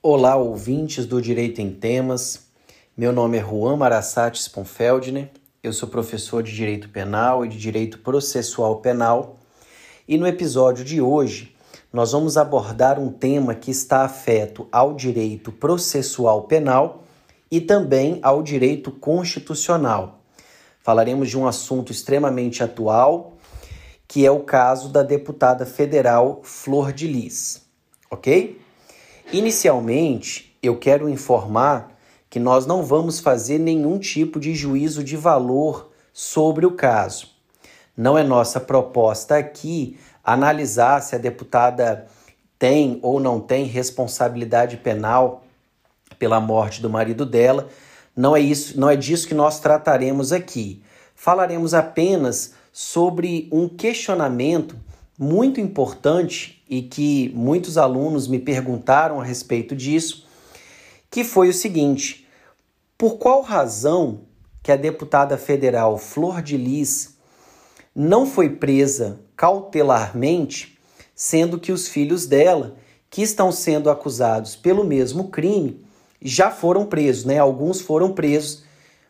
Olá, ouvintes do Direito em Temas. Meu nome é Juan Marassati Sponfeldner. Eu sou professor de Direito Penal e de Direito Processual Penal. E no episódio de hoje, nós vamos abordar um tema que está afeto ao direito processual penal e também ao direito constitucional. Falaremos de um assunto extremamente atual, que é o caso da deputada federal Flor de Lis, ok? Inicialmente, eu quero informar que nós não vamos fazer nenhum tipo de juízo de valor sobre o caso. Não é nossa proposta aqui analisar se a deputada tem ou não tem responsabilidade penal pela morte do marido dela. Não é disso que nós trataremos aqui. Falaremos apenas sobre um questionamento muito importante e que muitos alunos me perguntaram a respeito disso, que foi o seguinte: por qual razão que a deputada federal Flor de Lis não foi presa cautelarmente, sendo que os filhos dela, que estão sendo acusados pelo mesmo crime, já foram presos, né? Alguns foram presos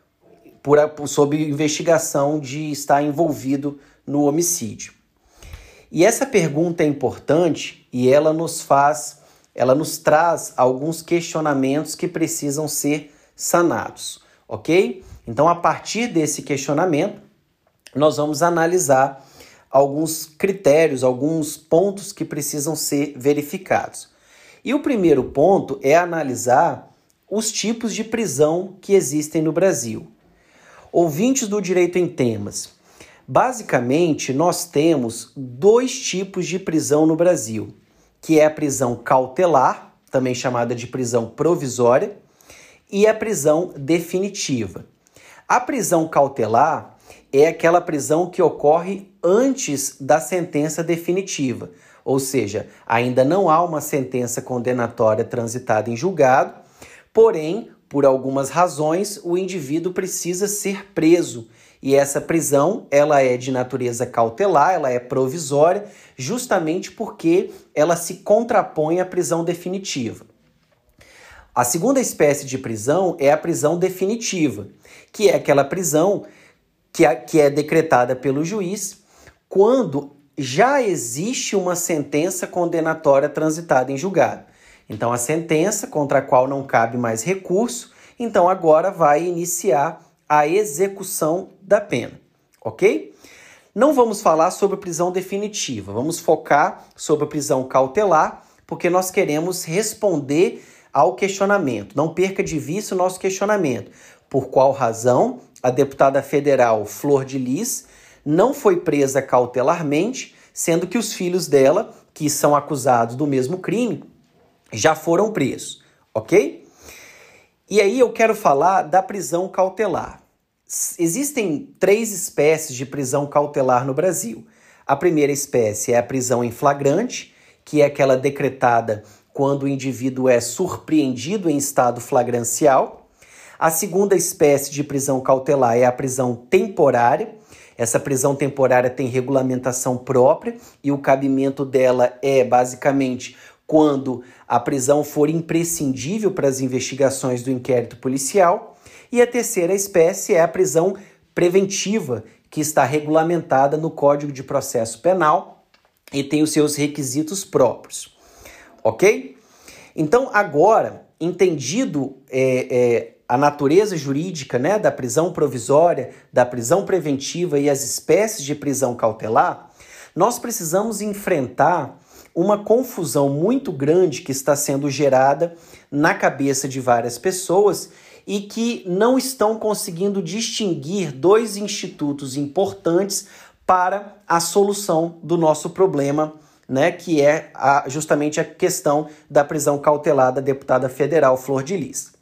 sob investigação de estar envolvido no homicídio. E essa pergunta é importante e ela nos traz alguns questionamentos que precisam ser sanados, ok? Então, a partir desse questionamento, nós vamos analisar alguns critérios, alguns pontos que precisam ser verificados. E o primeiro ponto é analisar os tipos de prisão que existem no Brasil. Ouvintes do Direito em Temas, basicamente, nós temos dois tipos de prisão no Brasil, que é a prisão cautelar, também chamada de prisão provisória, e a prisão definitiva. A prisão cautelar é aquela prisão que ocorre antes da sentença definitiva, ou seja, ainda não há uma sentença condenatória transitada em julgado, porém, por algumas razões, o indivíduo precisa ser preso. E essa prisão, ela é de natureza cautelar, ela é provisória, justamente porque ela se contrapõe à prisão definitiva. A segunda espécie de prisão é a prisão definitiva, que é aquela prisão que é decretada pelo juiz quando já existe uma sentença condenatória transitada em julgado. Então, a sentença contra a qual não cabe mais recurso, então agora vai iniciar a execução da pena, ok? Não vamos falar sobre prisão definitiva, vamos focar sobre a prisão cautelar, porque nós queremos responder ao questionamento. Não perca de vista o nosso questionamento. Por qual razão a deputada federal Flor de Lis não foi presa cautelarmente, sendo que os filhos dela, que são acusados do mesmo crime, já foram presos, ok? E aí eu quero falar da prisão cautelar. Existem três espécies de prisão cautelar no Brasil. A primeira espécie é a prisão em flagrante, que é aquela decretada quando o indivíduo é surpreendido em estado flagrancial. A segunda espécie de prisão cautelar é a prisão temporária. Essa prisão temporária tem regulamentação própria e o cabimento dela é basicamente quando a prisão for imprescindível para as investigações do inquérito policial. E a terceira espécie é a prisão preventiva, que está regulamentada no Código de Processo Penal e tem os seus requisitos próprios. Ok? Então, agora, entendido a natureza jurídica, né, da prisão provisória, da prisão preventiva e as espécies de prisão cautelar, nós precisamos enfrentar uma confusão muito grande que está sendo gerada na cabeça de várias pessoas e que não estão conseguindo distinguir dois institutos importantes para a solução do nosso problema, né, que é justamente a questão da prisão cautelar da deputada federal Flor de Lis.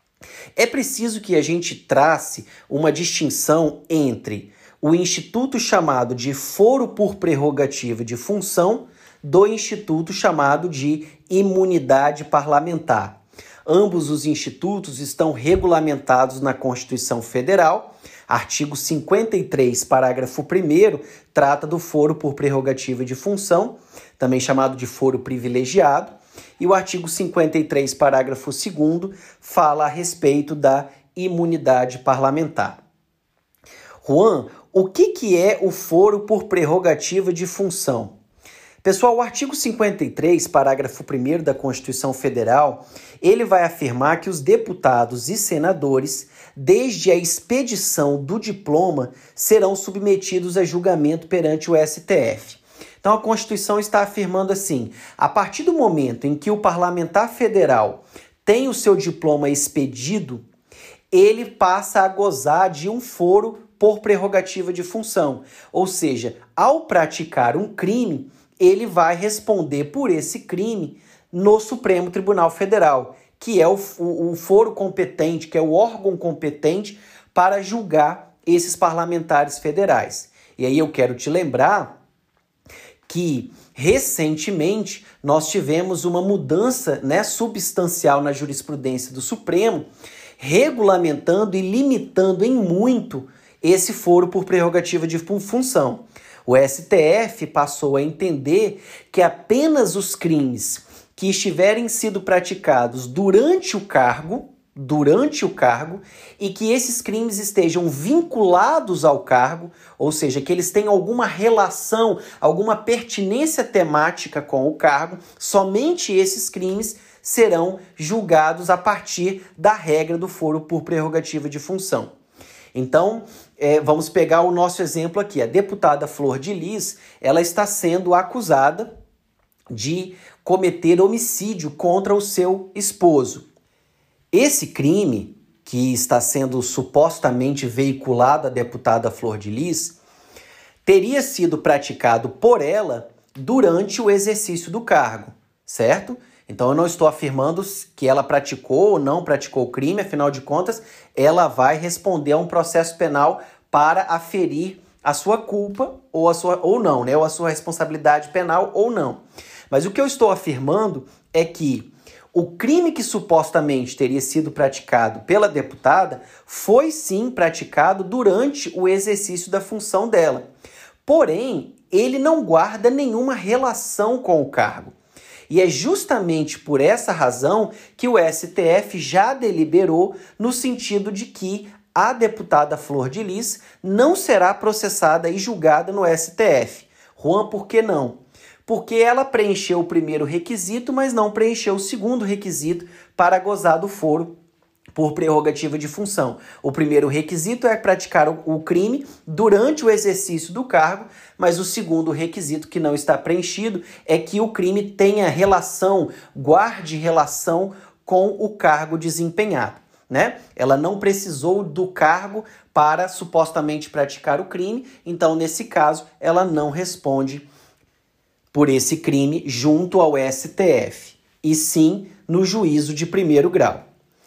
É preciso que a gente trace uma distinção entre o instituto chamado de foro por prerrogativa de função do instituto chamado de imunidade parlamentar. Ambos os institutos estão regulamentados na Constituição Federal. Artigo 53, parágrafo 1º, trata do foro por prerrogativa de função, também chamado de foro privilegiado. e o artigo 53, parágrafo 2º, fala a respeito da imunidade parlamentar. Juan, o que é o foro por prerrogativa de função? Pessoal, o artigo 53, parágrafo 1º da Constituição Federal, ele vai afirmar que os deputados e senadores, desde a expedição do diploma, serão submetidos a julgamento perante o STF. Então, a Constituição está afirmando assim: a partir do momento em que o parlamentar federal tem o seu diploma expedido, ele passa a gozar de um foro por prerrogativa de função. Ou seja, ao praticar um crime, ele vai responder por esse crime no Supremo Tribunal Federal, que é o foro competente, que é o órgão competente para julgar esses parlamentares federais. E aí eu quero te lembrar que, recentemente, nós tivemos uma mudança, substancial na jurisprudência do Supremo, regulamentando e limitando em muito esse foro por prerrogativa de função. O STF passou a entender que apenas os crimes que estiverem sido praticados durante o cargo, e que esses crimes estejam vinculados ao cargo, ou seja, que eles tenham alguma relação, alguma pertinência temática com o cargo, somente esses crimes serão julgados a partir da regra do foro por prerrogativa de função. Então, vamos pegar o nosso exemplo aqui. A deputada Flor de Lis, ela está sendo acusada de cometer homicídio contra o seu esposo. Esse crime, que está sendo supostamente veiculado à deputada Flor de Lis, teria sido praticado por ela durante o exercício do cargo, certo? Então, eu não estou afirmando que ela praticou ou não praticou o crime, afinal de contas, ela vai responder a um processo penal para aferir a sua culpa ou a sua responsabilidade penal ou não. Mas o que eu estou afirmando é que o crime que supostamente teria sido praticado pela deputada foi sim praticado durante o exercício da função dela. Porém, ele não guarda nenhuma relação com o cargo. E é justamente por essa razão que o STF já deliberou no sentido de que a deputada Flor de Lis não será processada e julgada no STF. Juan, por que não? Porque ela preencheu o primeiro requisito, mas não preencheu o segundo requisito para gozar do foro por prerrogativa de função. O primeiro requisito é praticar o crime durante o exercício do cargo, mas o segundo requisito que não está preenchido é que o crime tenha relação, guarde relação com o cargo desempenhado, Ela não precisou do cargo para supostamente praticar o crime, então nesse caso ela não responde por esse crime junto ao STF, e sim no juízo de primeiro grau.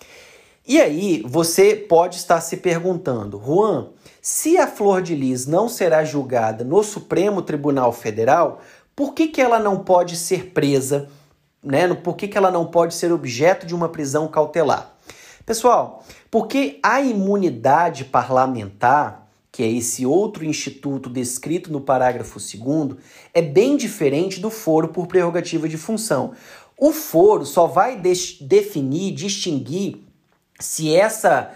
E aí, você pode estar se perguntando, Juan, se a Flor de Lis não será julgada no Supremo Tribunal Federal, por que ela não pode ser presa, Por que ela não pode ser objeto de uma prisão cautelar? Pessoal, porque a imunidade parlamentar, que é esse outro instituto descrito no parágrafo 2º, é bem diferente do foro por prerrogativa de função. O foro só vai distinguir se essa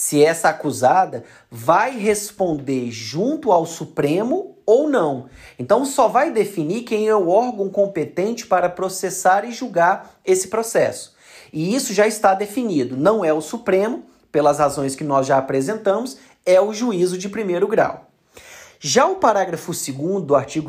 acusada vai responder junto ao Supremo ou não. Então, só vai definir quem é o órgão competente para processar e julgar esse processo. E isso já está definido. Não é o Supremo, pelas razões que nós já apresentamos, é o juízo de primeiro grau. Já o parágrafo 2º do artigo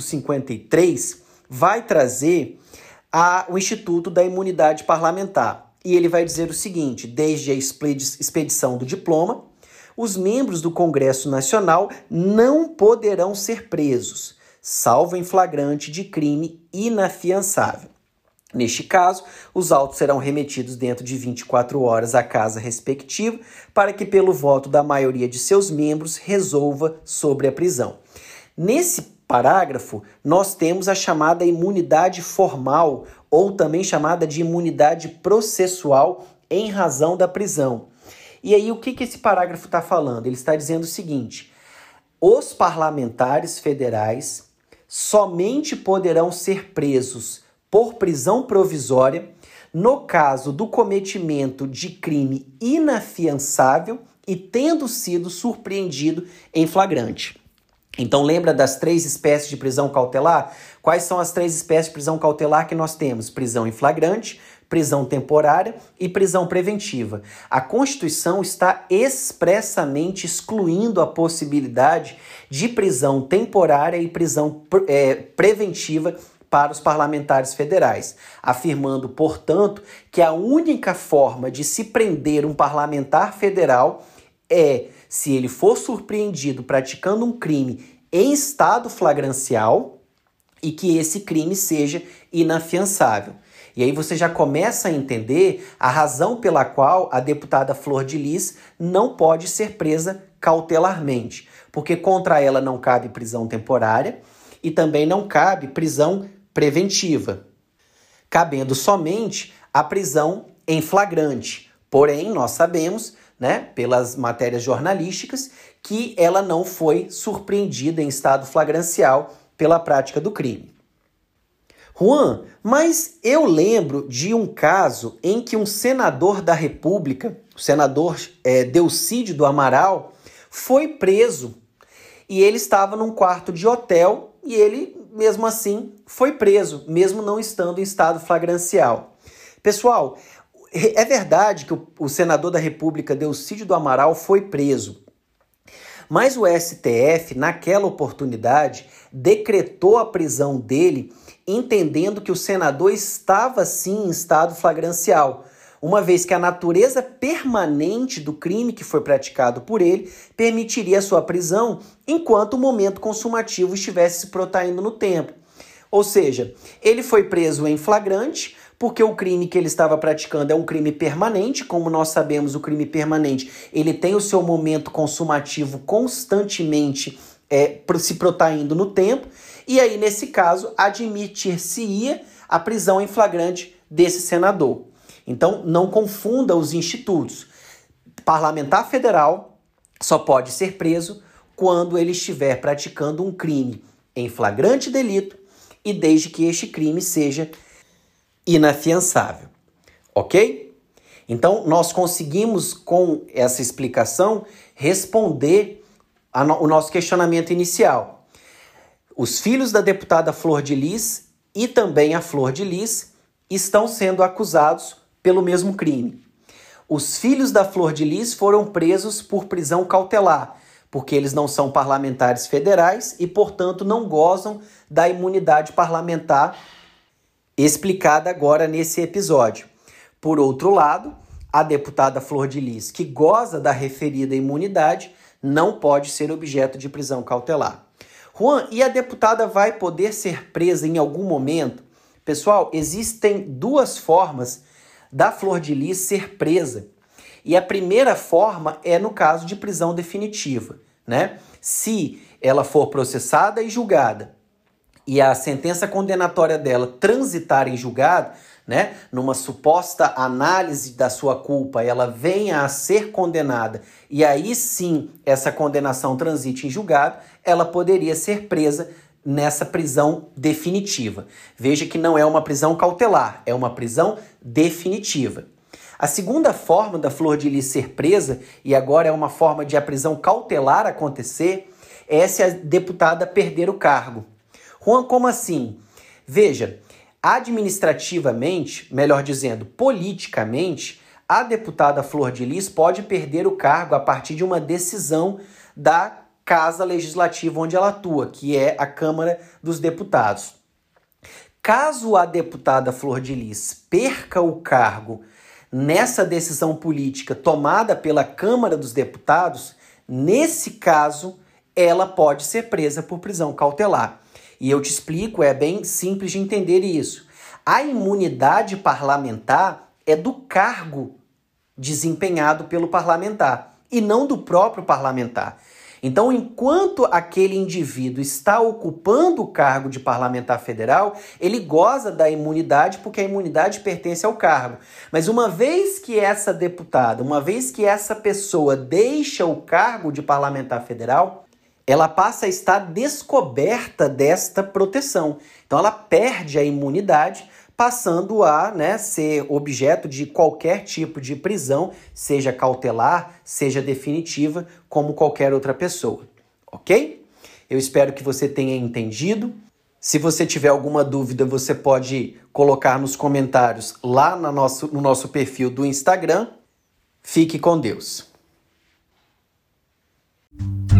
53 vai trazer o Instituto da Imunidade Parlamentar. E ele vai dizer o seguinte: desde a expedição do diploma, os membros do Congresso Nacional não poderão ser presos, salvo em flagrante de crime inafiançável. Neste caso, os autos serão remetidos dentro de 24 horas à casa respectiva, para que, pelo voto da maioria de seus membros, resolva sobre a prisão. Nesse parágrafo, nós temos a chamada imunidade formal, ou também chamada de imunidade processual em razão da prisão. E aí, o que esse parágrafo está falando? Ele está dizendo o seguinte: os parlamentares federais somente poderão ser presos por prisão provisória no caso do cometimento de crime inafiançável e tendo sido surpreendido em flagrante. Então, lembra das 3 espécies de prisão cautelar? Quais são as 3 espécies de prisão cautelar que nós temos? Prisão em flagrante, prisão temporária e prisão preventiva. A Constituição está expressamente excluindo a possibilidade de prisão temporária e prisão preventiva para os parlamentares federais, afirmando, portanto, que a única forma de se prender um parlamentar federal é se ele for surpreendido praticando um crime em estado flagrancial e que esse crime seja inafiançável. E aí você já começa a entender a razão pela qual a deputada Flor de Lis não pode ser presa cautelarmente, porque contra ela não cabe prisão temporária e também não cabe prisão preventiva, cabendo somente a prisão em flagrante. Porém, nós sabemos, pelas matérias jornalísticas, que ela não foi surpreendida em estado flagrancial pela prática do crime. Juan, mas eu lembro de um caso em que um senador da República, o senador Delcídio do Amaral, foi preso e ele estava num quarto de hotel e ele, mesmo assim, foi preso, mesmo não estando em estado flagrancial. Pessoal, é verdade que o senador da República, Delcídio do Amaral, foi preso. Mas o STF, naquela oportunidade, decretou a prisão dele, entendendo que o senador estava, sim, em estado flagrancial, uma vez que a natureza permanente do crime que foi praticado por ele permitiria a sua prisão enquanto o momento consumativo estivesse se protaindo no tempo. Ou seja, ele foi preso em flagrante, porque o crime que ele estava praticando é um crime permanente. Como nós sabemos, o crime permanente ele tem o seu momento consumativo constantemente se protaindo no tempo, e aí, nesse caso, admitir-se-ia a prisão em flagrante desse senador. Então, não confunda os institutos. Parlamentar federal só pode ser preso quando ele estiver praticando um crime em flagrante delito e desde que este crime seja inafiançável, ok? Então, nós conseguimos, com essa explicação, responder o nosso questionamento inicial. Os filhos da deputada Flor de Lis e também a Flor de Lis estão sendo acusados pelo mesmo crime. Os filhos da Flor de Lis foram presos por prisão cautelar, porque eles não são parlamentares federais e, portanto, não gozam da imunidade parlamentar explicada agora nesse episódio. Por outro lado, a deputada Flor de Lis, que goza da referida imunidade, não pode ser objeto de prisão cautelar. Juan, e a deputada vai poder ser presa em algum momento? Pessoal, existem 2 formas da Flor de Lis ser presa. E a primeira forma é no caso de prisão definitiva, Se ela for processada e julgada e a sentença condenatória dela transitar em julgado, numa suposta análise da sua culpa, ela venha a ser condenada e aí sim essa condenação transite em julgado, ela poderia ser presa nessa prisão definitiva. Veja que não é uma prisão cautelar, é uma prisão definitiva. A segunda forma da Flor de Lis ser presa, e agora é uma forma de a prisão cautelar acontecer, é se a deputada perder o cargo. Juan, como assim? Veja, administrativamente, melhor dizendo, politicamente, a deputada Flor de Lis pode perder o cargo a partir de uma decisão da Casa Legislativa onde ela atua, que é a Câmara dos Deputados. Caso a deputada Flor de Lis perca o cargo nessa decisão política tomada pela Câmara dos Deputados, nesse caso, ela pode ser presa por prisão cautelar. E eu te explico, é bem simples de entender isso. A imunidade parlamentar é do cargo desempenhado pelo parlamentar e não do próprio parlamentar. Então, enquanto aquele indivíduo está ocupando o cargo de parlamentar federal, ele goza da imunidade porque a imunidade pertence ao cargo. Mas uma vez que essa deputada, uma vez que essa pessoa deixa o cargo de parlamentar federal, ela passa a estar descoberta desta proteção. Então, ela perde a imunidade passando a, né, ser objeto de qualquer tipo de prisão, seja cautelar, seja definitiva, como qualquer outra pessoa, ok? Eu espero que você tenha entendido. Se você tiver alguma dúvida, você pode colocar nos comentários lá no nosso perfil do Instagram. Fique com Deus.